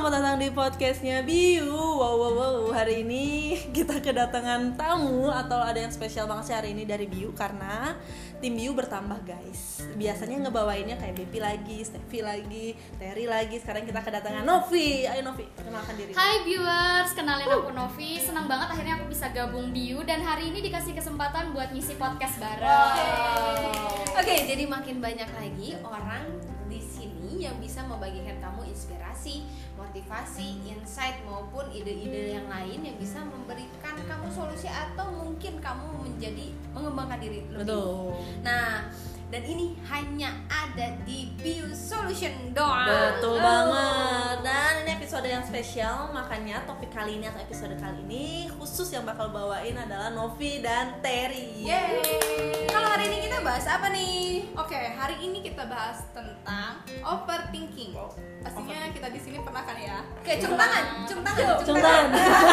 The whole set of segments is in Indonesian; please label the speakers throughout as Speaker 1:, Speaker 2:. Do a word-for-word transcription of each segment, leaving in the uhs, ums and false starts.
Speaker 1: selamat datang di podcastnya Biu. Wow, wow, wow. Hari ini kita kedatangan tamu atau ada yang spesial banget sih hari ini dari Biu karena tim Biu bertambah guys. Biasanya ngebawainnya kayak Bepi lagi, Steffi lagi, Terry lagi. Sekarang kita kedatangan Novi. Ayo Novi, perkenalkan diri.
Speaker 2: Hai viewers, kenalin aku Novi. Senang banget akhirnya aku bisa gabung Biu dan hari ini dikasih kesempatan buat ngisi podcast bareng.
Speaker 3: Wow. Oke, okay, jadi makin banyak lagi orang di sini yang bisa membagikan kamu inspirasi, motivasi, insight maupun ide-ide yang lain yang bisa memberikan kamu solusi atau mungkin kamu menjadi mengembangkan diri lebih.
Speaker 1: Betul.
Speaker 3: Nah, dan ini hanya ada di Biu Solution doang.
Speaker 1: Betul oh. banget. Dan ini episode yang spesial, makanya topik kali ini atau episode kali ini khusus yang bakal bawain adalah Novi dan Terry.
Speaker 3: Yeay. Kalau hari ini kita bahas apa nih?
Speaker 4: Oke, okay, hari ini kita bahas tentang overthinking. Pastinya kita di sini pernah kan ya?
Speaker 3: Oke, cium tangan, cium tangan,
Speaker 1: cium tangan.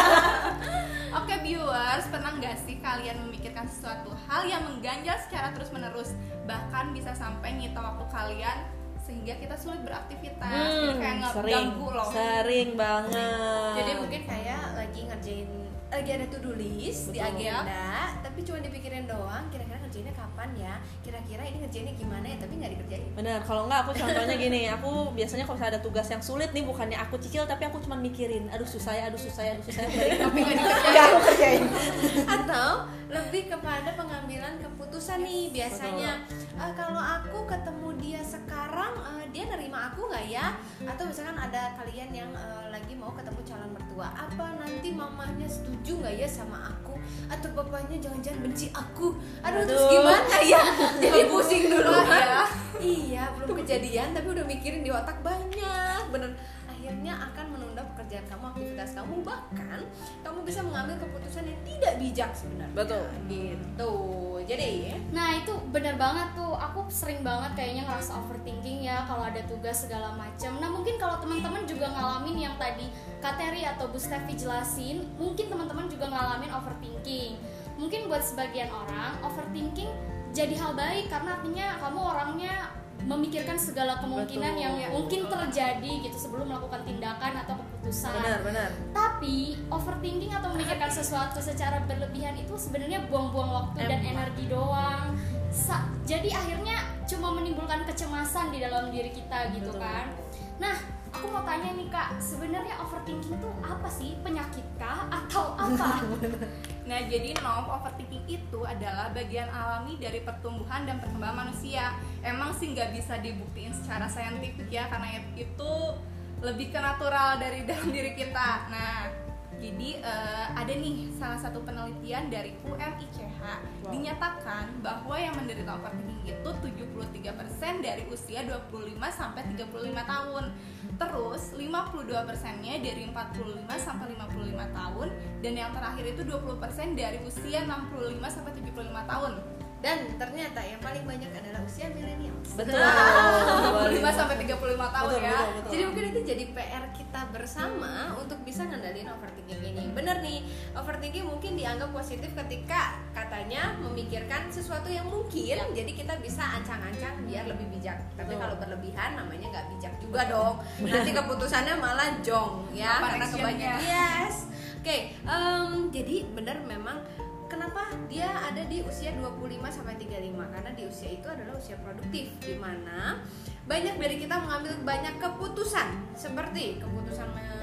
Speaker 4: Oke, viewers, pernah nggak sih kalian memikirkan sesuatu hal yang mengganjal secara terus-menerus, bahkan bisa sampai nyita waktu kalian sehingga kita sulit beraktivitas,
Speaker 1: hmm,
Speaker 4: jadi kayak ngeganggu loh.
Speaker 1: Sering banget.
Speaker 3: Jadi mungkin kayak lagi ngerjain, lagi ada to-do list. Betul. Di agenda, tapi cuma dipikirin doang. Kira-kira ngerjainnya kapan ya? Kira-kira ini ngerjainnya gimana ya? Tapi nggak dikerjain.
Speaker 1: Benar. Kalau nggak aku contohnya gini, aku biasanya kalau ada tugas yang sulit nih, bukannya aku cicil tapi aku cuma mikirin, aduh susah ya, aduh susah ya, aduh susah ya.
Speaker 4: Tapi nggak dikerjain.
Speaker 1: Nggak aku kerjain.
Speaker 3: Atau lebih kepada pengambilan keputusan nih biasanya. Uh, kalau aku ketemu dia sekarang, uh, dia nerima aku nggak ya? Atau misalkan ada kalian yang uh, lagi mau ketemu calon mertua, apa nanti mamanya setuju nggak ya sama aku? Atau bapaknya jangan-jangan benci aku? Aduh,
Speaker 1: Aduh.
Speaker 3: terus gimana ya? Jadi pusing dulu
Speaker 4: ya.
Speaker 3: Iya, belum kejadian tapi udah mikirin di otak banyak, bener. Akhirnya akan menunda pekerjaan kamu, aktivitas kamu, bahkan kamu bisa mengambil keputusan yang tidak bijak sebenarnya.
Speaker 1: Betul.
Speaker 3: Gitu. Jadi,
Speaker 2: nah itu benar banget tuh. Aku sering banget kayaknya ngerasa overthinking ya kalau ada tugas segala macam. Nah mungkin kalau teman-teman juga ngalamin yang tadi Kak Terry atau Bu Steffi jelasin, mungkin teman-teman juga ngalamin overthinking. Mungkin buat sebagian orang overthinking jadi hal baik karena artinya kamu orangnya memikirkan segala kemungkinan
Speaker 1: betul,
Speaker 2: yang
Speaker 1: ya,
Speaker 2: mungkin
Speaker 4: betul.
Speaker 2: terjadi gitu sebelum melakukan tindakan atau keputusan.
Speaker 1: Benar, benar.
Speaker 2: Tapi overthinking atau memikirkan sesuatu secara berlebihan itu sebenarnya buang-buang waktu dan
Speaker 1: Emang.
Speaker 2: energi doang. Sa- jadi akhirnya cuma menimbulkan kecemasan di dalam diri kita gitu
Speaker 1: Betul.
Speaker 2: kan. Nah, aku mau tanya nih Kak, sebenarnya overthinking itu apa sih? Penyakit kah atau apa?
Speaker 4: Nah, jadi Nov, overthinking itu adalah bagian alami dari pertumbuhan dan perkembangan manusia. Emang sih nggak bisa dibuktiin secara saintifik ya, karena itu lebih ke natural dari dalam diri kita. Nah, jadi uh, ada nih salah satu penelitian dari U M I C H wow. dinyatakan bahwa yang menderita overthinking itu tujuh puluh tiga persen dari usia dua puluh lima sampai tiga puluh lima tahun. Terus lima puluh dua persennya dari empat puluh lima sampai lima puluh lima tahun, dan yang terakhir itu dua puluh persen dari usia enam puluh lima sampai tujuh puluh lima tahun.
Speaker 3: dan ternyata yang paling banyak adalah usia milenial.
Speaker 1: Betul.
Speaker 4: enam puluh lima sampai tiga puluh lima tahun
Speaker 1: betul,
Speaker 4: ya.
Speaker 1: betul, betul.
Speaker 3: Jadi mungkin itu jadi P R kita bersama untuk bisa ngendalin overthinking ini. Bener nih, overthinking mungkin dianggap positif ketika katanya memikirkan sesuatu yang mungkin, ya. Jadi kita bisa ancang-ancang biar lebih bijak. Tapi
Speaker 1: Betul.
Speaker 3: kalau berlebihan namanya nggak bijak juga dong. Nanti keputusannya malah jong ya,
Speaker 4: Apa
Speaker 3: karena
Speaker 4: actionnya?
Speaker 3: kebanyakan. Yes. Oke, okay, um, jadi bener memang. Kenapa dia ada di usia dua puluh lima sampai tiga puluh lima? Karena di usia itu adalah usia produktif, di mana banyak dari kita mengambil banyak keputusan, seperti keputusan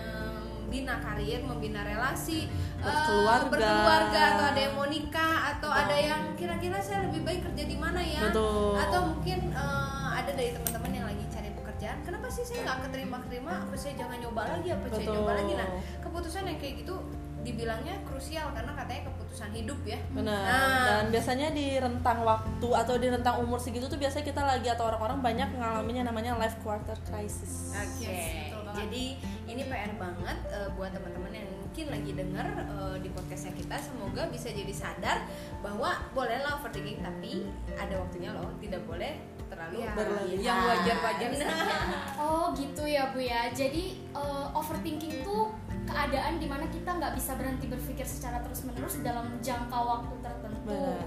Speaker 3: membina karir, membina relasi,
Speaker 1: Berkeluarga.
Speaker 3: uh, berkeluarga, atau ada yang mau nikah, atau
Speaker 1: Betul.
Speaker 3: ada yang kira-kira saya lebih baik kerja di mana ya?
Speaker 1: Betul.
Speaker 3: Atau mungkin uh, ada dari teman-teman yang lagi cari pekerjaan, kenapa sih saya nggak keterima-keterima? Apa saya jangan nyoba lagi? Apa saya
Speaker 1: Betul.
Speaker 3: nyoba lagi? Nah, keputusan yang kayak gitu dibilangnya krusial karena katanya keputusan hidup ya.
Speaker 1: Benar.
Speaker 3: Nah.
Speaker 1: Dan biasanya di rentang waktu atau di rentang umur segitu tuh biasanya kita lagi atau orang-orang banyak ngalamin yang namanya life quarter crisis.
Speaker 3: Oke.
Speaker 4: Yes, betul banget.
Speaker 3: Jadi ini P R banget uh, buat teman-teman yang mungkin lagi denger uh, di podcastnya kita. Semoga bisa jadi sadar bahwa bolehlah overthinking, tapi ada waktunya loh. Tidak boleh terlalu
Speaker 4: Ya,
Speaker 3: berlebihan.
Speaker 4: yang wajar-wajar saja.
Speaker 2: Oh gitu ya Bu ya. Jadi uh, overthinking tuh keadaan dimana kita nggak bisa berhenti berpikir secara terus-menerus dalam jangka waktu tertentu.
Speaker 1: Benar.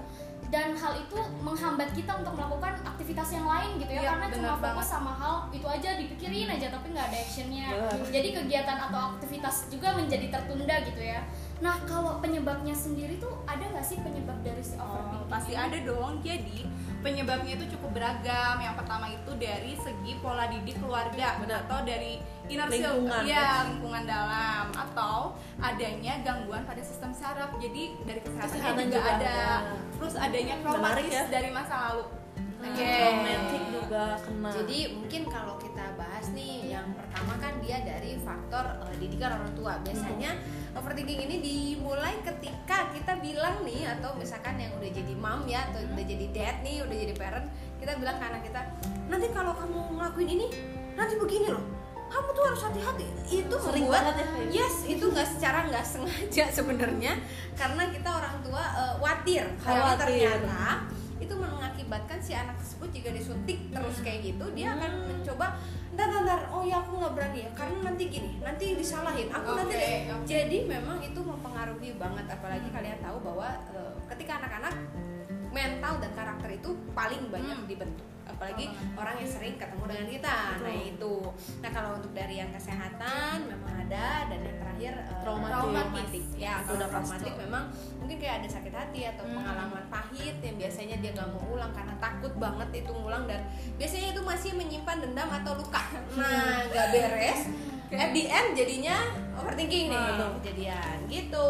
Speaker 2: dan hal itu menghambat kita untuk melakukan aktivitas yang lain gitu ya,
Speaker 4: Iya,
Speaker 2: karena cuma
Speaker 4: benar
Speaker 2: fokus
Speaker 4: banget.
Speaker 2: sama hal itu aja, dipikirin aja tapi nggak ada actionnya.
Speaker 1: Benar.
Speaker 2: Jadi kegiatan atau aktivitas juga menjadi tertunda gitu ya. Nah kalau penyebabnya sendiri tuh ada nggak sih penyebab dari si
Speaker 4: Oh,
Speaker 2: overthinking?
Speaker 4: pasti ada dong. Jadi penyebabnya itu cukup beragam. Yang pertama itu dari segi pola didik keluarga
Speaker 1: Benar.
Speaker 4: atau dari inner
Speaker 1: Lingkungan.
Speaker 4: circle, ya lingkungan dalam, atau adanya gangguan pada sistem saraf. Jadi dari kesehatan
Speaker 1: Kesehatan
Speaker 4: juga,
Speaker 1: juga
Speaker 4: ada.
Speaker 1: ada.
Speaker 4: Terus adanya
Speaker 1: Menarik
Speaker 4: traumatis
Speaker 1: ya.
Speaker 4: dari masa lalu.
Speaker 3: Oke.
Speaker 1: Romantik juga kena.
Speaker 3: Jadi mungkin kalau kita bahas nih, yang pertama kan dia dari faktor uh, didikan orang tua. Biasanya overthinking ini dimulai ketika kita bilang nih, atau misalkan yang udah jadi mom ya, atau udah jadi dad nih, udah jadi parent, kita bilang ke anak kita, nanti kalau kamu ngelakuin ini, nanti begini loh, kamu tuh harus hati-hati. Itu
Speaker 1: Sering
Speaker 3: membuat,
Speaker 1: banget ya kayak gitu.
Speaker 3: yes, itu nggak secara nggak sengaja sebenarnya, karena kita orang tua uh, khawatir, tapi
Speaker 1: Khawatir.
Speaker 3: ternyata itu mengakibatkan si anak tersebut jika disuntik terus kayak gitu, dia akan mencoba ntar ntar, ntar oh ya aku nggak berani ya karena nanti gini, nanti disalahin aku nanti.
Speaker 4: Oke, oke.
Speaker 3: Jadi memang itu mempengaruhi banget, apalagi kalian tahu bahwa uh, ketika anak-anak mental dan karakter itu paling banyak
Speaker 4: Hmm.
Speaker 3: dibentuk, apalagi orang yang sering ketemu dengan kita. Nah itu, nah kalau untuk dari yang kesehatan memang ada, dan yang terakhir uh,
Speaker 1: Traumatik.
Speaker 3: traumatik. Ya
Speaker 1: Itu
Speaker 3: kalau
Speaker 1: udah pasti.
Speaker 3: traumatik memang mungkin kayak ada sakit hati atau
Speaker 4: Hmm.
Speaker 3: pengalaman pahit yang biasanya dia nggak mau ulang karena takut banget itu ngulang, dan biasanya itu masih menyimpan dendam atau luka. Nah nggak beres, at the end jadinya overthinking nih
Speaker 4: Wow.
Speaker 3: kejadian gitu.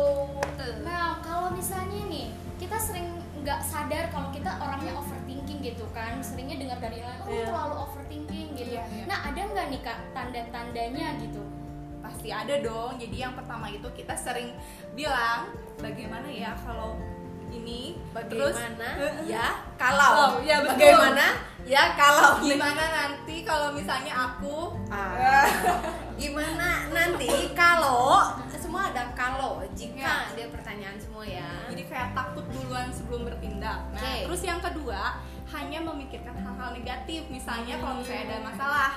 Speaker 2: Nah kalau misalnya nih kita sering nggak sadar kalau kita orangnya overthinking gitu kan, seringnya dengar dari lain, oh
Speaker 1: Iya.
Speaker 2: terlalu overthinking gitu.
Speaker 4: Iya, iya.
Speaker 2: Nah ada nggak nih kak tanda-tandanya gitu?
Speaker 4: Pasti ada dong. Jadi yang pertama itu kita sering bilang bagaimana ya kalau ini, terus
Speaker 3: Bagaimana
Speaker 4: eh,
Speaker 3: ya kalau
Speaker 4: Oh, ya betul.
Speaker 3: bagaimana ya kalau
Speaker 4: gimana nanti kalau misalnya aku
Speaker 3: Ah, gimana nanti kalau semua ada kalau jika dia pertanyaan semua ya.
Speaker 4: jadi kayak takut duluan sebelum bertindak. Nah,
Speaker 3: Oke.
Speaker 4: terus yang kedua hanya memikirkan hal-hal negatif. Misalnya kalau misalnya ada masalah,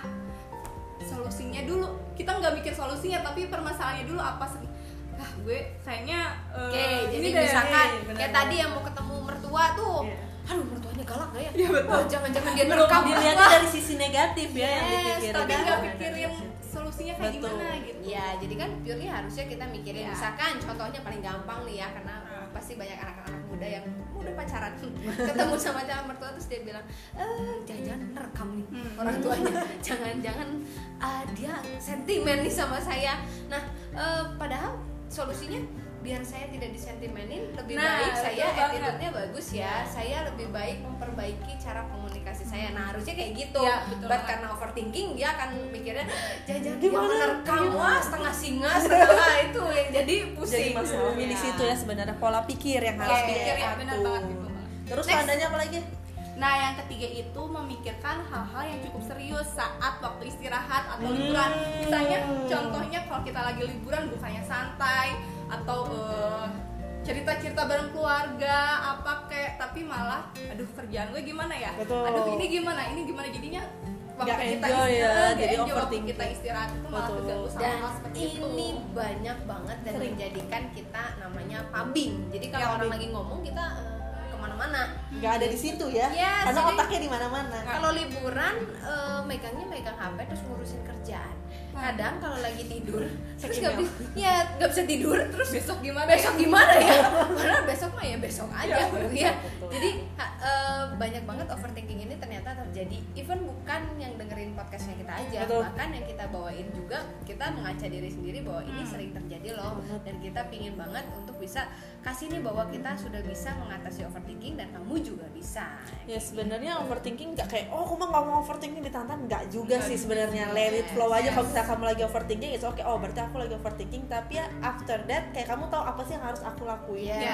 Speaker 4: solusinya dulu. Kita nggak mikir solusinya, tapi permasalahannya dulu apa sih? Ah, gue kayaknya eh,
Speaker 3: Oke, jadi
Speaker 4: ini deh.
Speaker 3: misalkan
Speaker 1: Iya, benar
Speaker 3: kayak
Speaker 1: banget.
Speaker 3: tadi yang mau ketemu mertua tuh,
Speaker 1: Iya.
Speaker 3: aduh mertuanya galak gak ya?
Speaker 4: Iya, betul.
Speaker 3: Wah, jangan-jangan dia
Speaker 1: Belum
Speaker 3: nerekam
Speaker 1: dilihatnya
Speaker 3: gua.
Speaker 1: dari sisi negatif ya yang
Speaker 3: Yes,
Speaker 1: dipikirin.
Speaker 4: tapi
Speaker 3: Padahal
Speaker 4: nggak
Speaker 1: Bukan
Speaker 4: pikirin
Speaker 1: negatif.
Speaker 4: solusinya kayak
Speaker 1: Betul.
Speaker 4: gimana gitu.
Speaker 3: Ya, jadi kan purely harusnya kita mikirin,
Speaker 4: Iya.
Speaker 3: misalkan contohnya paling gampang nih ya, karena uh, pasti banyak anak-anak muda yang udah pacaran ketemu sama calon mertua terus dia bilang, eh jangan-jangan nerekam nih
Speaker 4: Hmm.
Speaker 3: orang tuanya, jangan-jangan uh, dia sentimen nih sama saya. Nah, uh, padahal solusinya biar saya tidak disentimenin, lebih
Speaker 4: Nah,
Speaker 3: baik saya
Speaker 4: betul banget.
Speaker 3: attitude-nya bagus ya, saya lebih baik memperbaiki cara komunikasi saya. Nah harusnya kayak gitu.
Speaker 4: Ya, betul
Speaker 3: But
Speaker 4: banget.
Speaker 3: karena overthinking dia akan mikirnya jangan-jangan dia
Speaker 1: Gimana?
Speaker 3: menerkam,
Speaker 1: Gimana?
Speaker 3: wah setengah singa setengah itu yang jadi pusing.
Speaker 1: Jadi masalahnya di situ ya sebenarnya pola pikir yang harus
Speaker 4: Pola pikir ya,
Speaker 1: diatur.
Speaker 4: benar banget, betul banget.
Speaker 1: Terus
Speaker 3: Next.
Speaker 1: tandanya apa lagi?
Speaker 4: Nah, yang ketiga itu memikirkan hal-hal yang cukup serius saat waktu istirahat atau
Speaker 1: Hmm.
Speaker 4: liburan. Misalnya, contohnya kalau kita lagi liburan bukannya santai atau eh, cerita-cerita bareng keluarga apa kayak, tapi malah aduh kerjaan gue gimana ya?
Speaker 1: Betul.
Speaker 4: Aduh ini gimana? Ini gimana? Jadinya waktu
Speaker 1: Nggak
Speaker 4: kita
Speaker 1: enjoy ya,
Speaker 4: istirahat, nggak
Speaker 1: jadi
Speaker 4: enjoy waktu
Speaker 1: overthinking.
Speaker 4: kita istirahat itu malah
Speaker 1: Betul.
Speaker 4: terganggu sama
Speaker 3: Dan
Speaker 4: hal seperti itu.
Speaker 3: ini banyak banget dan
Speaker 1: Sering.
Speaker 3: menjadikan kita namanya pubbing. Jadi kalau
Speaker 1: Ya,
Speaker 3: orang
Speaker 1: pubbing.
Speaker 3: lagi ngomong kita eh, kemana-mana.
Speaker 1: Nggak ada di situ ya?
Speaker 3: Yes,
Speaker 1: Karena
Speaker 3: jadi-
Speaker 1: otaknya di mana-mana.
Speaker 3: Kalau liburan eh, megangnya megang H P terus ngurusin kerjaan. Kadang kalau lagi tidur terus nggak
Speaker 1: Saking
Speaker 3: bisa, ya nggak bisa tidur terus
Speaker 4: Besok gimana?
Speaker 3: besok gimana ya? Padahal besok mah ya besok aja
Speaker 4: Ya,
Speaker 3: gitu ya.
Speaker 1: betul.
Speaker 3: Jadi ha- eh, banyak banget overthinking ini ternyata terjadi. Even bukan yang dengerin podcastnya kita aja,
Speaker 1: Betul.
Speaker 3: bahkan yang kita bawain juga kita mengaca diri sendiri bahwa ini
Speaker 4: Hmm.
Speaker 3: sering terjadi loh. Dan kita pingin banget untuk bisa kasih nih bahwa kita sudah bisa mengatasi overthinking dan kamu juga bisa.
Speaker 1: Ya sebenarnya overthinking nggak kayak oh aku mah nggak mau overthinking ditantang, nggak juga
Speaker 4: Nggak
Speaker 1: sih
Speaker 4: juga.
Speaker 1: sebenarnya. Let it flow aja.
Speaker 3: Yes.
Speaker 1: Kalau misalnya kamu lagi overthinking itu oke, oh berarti aku lagi overthinking, tapi ya after that kayak kamu tahu apa sih yang harus aku lakuin.
Speaker 3: Yes.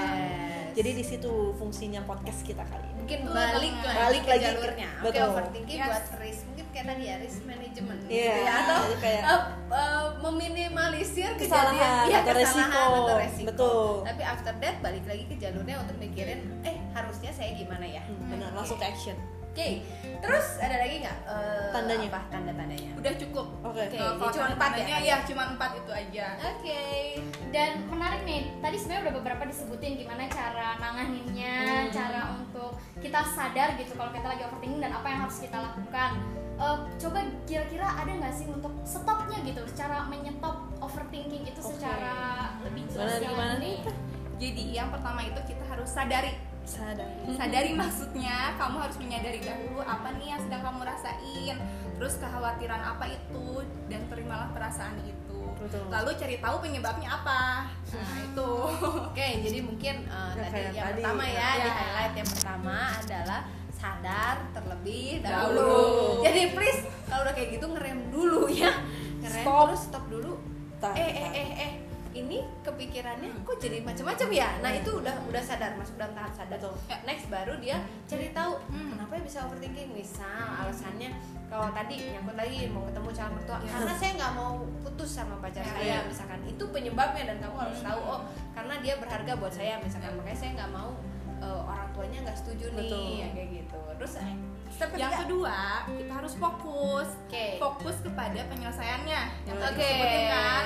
Speaker 1: Yes. Jadi di situ fungsinya podcast kita kali ini.
Speaker 3: Mungkin
Speaker 4: Betul
Speaker 3: balik
Speaker 4: banget.
Speaker 3: lagi
Speaker 1: Balik
Speaker 3: ke
Speaker 1: lagi ke-
Speaker 3: jalurnya. Oke,
Speaker 1: betul.
Speaker 3: overthinking
Speaker 4: Yes.
Speaker 3: buat risk, mungkin kayak tadi ya risk management
Speaker 1: Iya,
Speaker 3: gitu ya, atau
Speaker 1: jadi kayak-
Speaker 3: uh, uh, meminimalisir
Speaker 1: Kesalahan
Speaker 3: kejadian iya,
Speaker 1: atau
Speaker 3: kesalahan
Speaker 1: resiko.
Speaker 3: atau resiko.
Speaker 1: Betul.
Speaker 3: Tapi after that balik lagi ke jalurnya untuk mikirin eh harusnya saya gimana ya.
Speaker 1: Hmm, benar, langsung ke action.
Speaker 3: Oke, terus ada lagi nggak uh,
Speaker 1: Tandanya?
Speaker 3: apa tanda-tandanya?
Speaker 4: Udah cukup.
Speaker 1: Oke.
Speaker 3: Oke,
Speaker 4: Kalau
Speaker 3: jadi cuma empat ya?
Speaker 4: tandanya, ya cuma empat itu aja.
Speaker 3: Oke.
Speaker 2: Dan menarik nih, tadi sebenarnya udah beberapa disebutin gimana cara nanganinnya,
Speaker 1: Hmm.
Speaker 2: cara untuk kita sadar gitu kalau kita lagi overthinking dan apa yang harus kita lakukan. Uh, coba kira-kira ada nggak sih untuk stopnya gitu, cara menyetop overthinking itu
Speaker 1: Oke.
Speaker 2: secara lebih
Speaker 1: Gimana,
Speaker 2: jelas
Speaker 1: gimana
Speaker 2: nih?
Speaker 4: Jadi yang pertama itu kita harus sadari.
Speaker 1: Sadar.
Speaker 4: Sadari maksudnya kamu harus menyadari dahulu apa nih yang sedang kamu rasain, terus kekhawatiran apa itu, dan terimalah perasaan itu.
Speaker 1: Betul.
Speaker 4: Lalu cari tahu penyebabnya apa. Nah itu.
Speaker 3: Oke, jadi mungkin uh,
Speaker 1: Ya,
Speaker 3: tadi
Speaker 1: kayak
Speaker 3: yang
Speaker 1: tadi,
Speaker 3: pertama ya,
Speaker 4: ya.
Speaker 3: di highlight yang pertama adalah sadar terlebih
Speaker 4: Dahulu.
Speaker 3: dahulu. Jadi please kalau udah kayak gitu ngerem dulu ya, ngerem
Speaker 1: Stop.
Speaker 3: terus stop dulu.
Speaker 1: Tahan,
Speaker 3: Eh eh
Speaker 1: tahan.
Speaker 3: eh eh ini kepikirannya kok jadi macam-macam ya. Nah itu udah udah sadar, masuk dalam tahap sadar.
Speaker 1: Betul.
Speaker 3: Next baru dia cari tahu
Speaker 4: Hmm.
Speaker 3: kenapa ya bisa overthinking. Misal alasannya kalau tadi nyangkut lagi mau ketemu calon mertua, karena saya nggak mau putus sama pacar
Speaker 4: Ya,
Speaker 3: saya,
Speaker 1: ya.
Speaker 3: misalkan itu penyebabnya dan kamu harus tahu oh karena dia berharga buat saya misalkan, makanya saya nggak mau uh, orang tuanya nggak setuju nih.
Speaker 1: Betul.
Speaker 3: Ya, kayak gitu. Terus eh, step
Speaker 4: Yang
Speaker 3: ketiga.
Speaker 4: kedua, kita harus fokus.
Speaker 3: Oke.
Speaker 4: Fokus kepada penyelesaiannya. Yang tadi
Speaker 3: Oke.
Speaker 4: disebutin kan.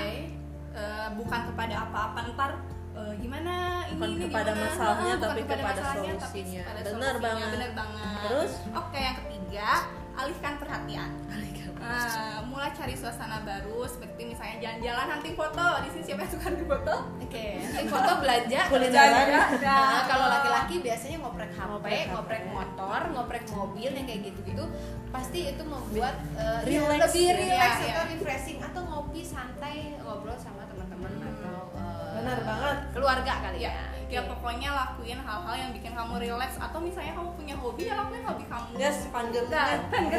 Speaker 4: Eh, bukan kepada apa-apa ntar eh, gimana ini
Speaker 1: Bukan
Speaker 4: ini
Speaker 1: kepada
Speaker 4: gimana.
Speaker 1: masalahnya,
Speaker 4: Bukan
Speaker 1: tapi kepada
Speaker 4: masalahnya, tapi
Speaker 1: solusinya.
Speaker 4: kepada
Speaker 1: Benar
Speaker 4: solusinya.
Speaker 1: banget.
Speaker 4: Benar banget.
Speaker 1: Terus?
Speaker 4: Oke, yang ketiga, alihkan perhatian. Nah, mulai cari suasana baru, seperti misalnya jalan-jalan, hunting foto. Di sini siapa yang suka hunting foto?
Speaker 3: Oke, nanti foto belanja.
Speaker 1: Kulineran.
Speaker 3: Nah, kalau laki-laki biasanya ngoprek H P,
Speaker 1: Ngoprek H P.
Speaker 3: ngoprek motor, ngoprek mobil yang kayak gitu-gitu. Pasti itu membuat uh, ya,
Speaker 1: Relax.
Speaker 3: lebih relax
Speaker 4: Iya,
Speaker 3: atau
Speaker 4: iya.
Speaker 3: refreshing, atau ngopi santai ngobrol sama teman-teman atau uh,
Speaker 1: Benar banget.
Speaker 3: keluarga kali ya.
Speaker 4: Ya pokoknya lakuin hal-hal yang bikin kamu relax, atau misalnya kamu punya hobi, ya lakuin hobi kamu.
Speaker 1: Yes, panggil.
Speaker 4: Nah,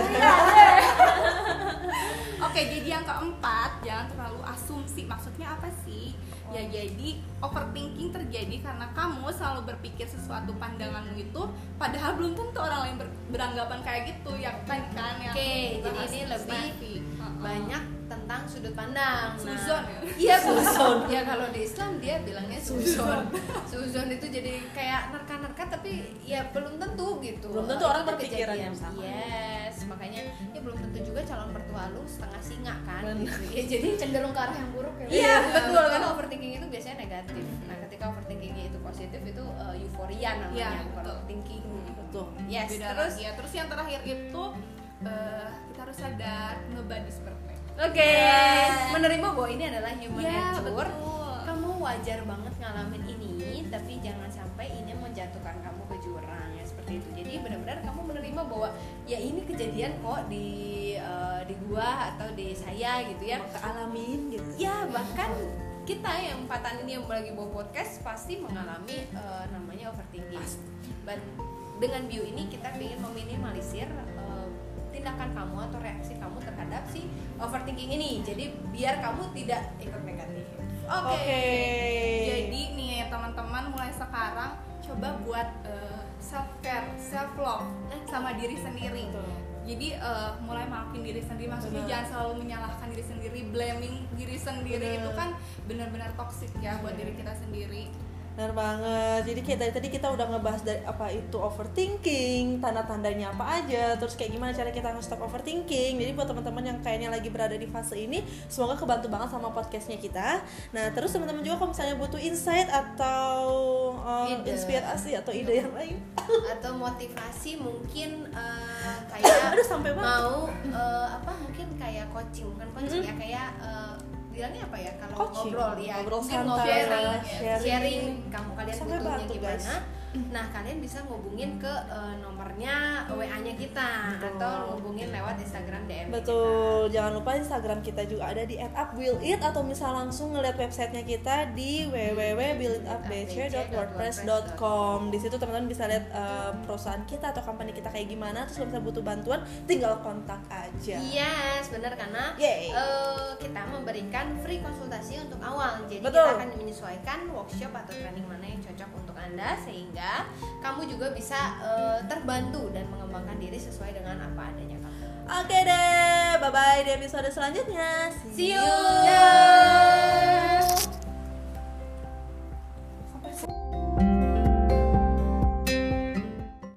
Speaker 4: Oke, jadi yang keempat, jangan terlalu asumsi. Maksudnya apa sih? Ya jadi overthinking terjadi karena kamu selalu berpikir sesuatu pandanganmu itu padahal belum tentu orang lain ber- beranggapan kayak gitu. Yang tadi kan yang
Speaker 3: Oke, jadi
Speaker 4: bahas
Speaker 3: ini lebih
Speaker 4: Steffi. Uh-uh.
Speaker 3: banyak tentang sudut pandang.
Speaker 4: Suzon ya?
Speaker 3: Iya, suzon. Ya kalau di Islam dia bilangnya suzon. Suzon itu jadi kayak nerka-nerka tapi ya belum tentu gitu.
Speaker 1: Belum tentu
Speaker 3: Itu
Speaker 1: orang
Speaker 3: tuh
Speaker 1: berpikiran
Speaker 3: kejadian.
Speaker 1: yang sama.
Speaker 3: Yes, makanya ya belum tentu juga calon mertua lu setengah singa kan.
Speaker 1: Benar.
Speaker 3: Gitu. Ya jadi
Speaker 2: Cenderung ke arah yang buruk ya.
Speaker 3: Iya,
Speaker 1: Iya,
Speaker 3: betul,
Speaker 4: betul.
Speaker 3: karena overthinking itu biasanya negatif. Nah, ketika overthinkingnya itu positif itu uh, euforia namanya,
Speaker 4: Iya,
Speaker 3: bukan
Speaker 4: betul.
Speaker 3: overthinking.
Speaker 1: Betul.
Speaker 3: Yes,
Speaker 4: Beda
Speaker 3: terus
Speaker 4: lagi ya. Terus yang terakhir itu eh, kita harus sadar nobody's perfect.
Speaker 3: oke,
Speaker 4: Yes.
Speaker 3: menerima bahwa ini adalah human
Speaker 4: Ya,
Speaker 3: nature.
Speaker 4: betul.
Speaker 3: Kamu wajar banget ngalamin ini, tapi jangan sampai ini menjatuhkan kamu ke jurang ya seperti itu. Jadi benar-benar kamu menerima bahwa ya ini kejadian kok di uh, di gua atau di saya gitu ya.
Speaker 1: Maka alamin gitu.
Speaker 3: Ya bahkan kita yang empatan ini yang lagi bawa podcast pasti mengalami uh, namanya overthinking. Dan dengan Bio ini kita ingin meminimalisir uh, tindakan kamu atau reaksi kamu terhadap si overthinking ini. Jadi biar kamu tidak ikut negatif. Oke.
Speaker 1: Oke.
Speaker 4: Jadi nih teman-teman mulai sekarang coba buat self care, self love sama diri sendiri.
Speaker 1: Betul.
Speaker 4: Jadi eh, mulai maafin diri sendiri. Maksudnya
Speaker 1: Benar.
Speaker 4: jangan selalu menyalahkan diri sendiri, blaming diri sendiri.
Speaker 1: Benar.
Speaker 4: Itu kan benar-benar toksik ya buat diri kita sendiri.
Speaker 1: Benar banget. Jadi kita tadi kita udah ngebahas dari apa itu overthinking, tanda-tandanya apa aja, terus kayak gimana cara kita nge-stop overthinking. Jadi buat teman-teman yang kayaknya lagi berada di fase ini, semoga kebantu banget sama podcastnya kita. Nah, terus teman-teman juga kalau misalnya butuh insight atau um,
Speaker 3: Ide.
Speaker 1: inspirasi atau ide yang lain,
Speaker 3: Atau motivasi mungkin uh, kayak
Speaker 1: aduh sampai banget.
Speaker 3: mau uh, apa mungkin kayak coaching, bukan coaching ya kayak uh, bilangnya apa ya kalau
Speaker 1: Coaching.
Speaker 3: ngobrol ya
Speaker 1: Ngobrol
Speaker 3: mungkin
Speaker 1: santai
Speaker 3: ngobrol
Speaker 1: lah,
Speaker 3: sharing,
Speaker 1: sharing.
Speaker 3: sharing kamu kalian
Speaker 1: Sampai
Speaker 3: butuhnya
Speaker 1: bantu,
Speaker 3: gimana.
Speaker 1: guys.
Speaker 3: Nah kalian bisa ngubungin ke uh, nomornya W A-nya kita
Speaker 1: Betul.
Speaker 3: atau ngubungin lewat Instagram D M
Speaker 1: Betul, jangan lupa Instagram kita juga ada di at upwillit atau misal langsung ngeliat websitenya kita di w w w dot build it up b c dot wordpress dot com. Di situ teman-teman bisa lihat uh, perusahaan kita atau company kita kayak gimana. Terus kalau misalnya butuh bantuan, tinggal kontak aja.
Speaker 3: Yes, benar karena
Speaker 1: Yeay.
Speaker 3: uh, kita memberikan free konsultasi untuk awal. Jadi
Speaker 1: Betul.
Speaker 3: kita akan menyesuaikan workshop atau training mana yang cocok untuk Anda sehingga kamu juga bisa uh, terbantu dan mengembangkan diri sesuai dengan apa adanya kamu.
Speaker 1: Oke deh, bye bye di episode selanjutnya.
Speaker 3: See you.
Speaker 1: Bye.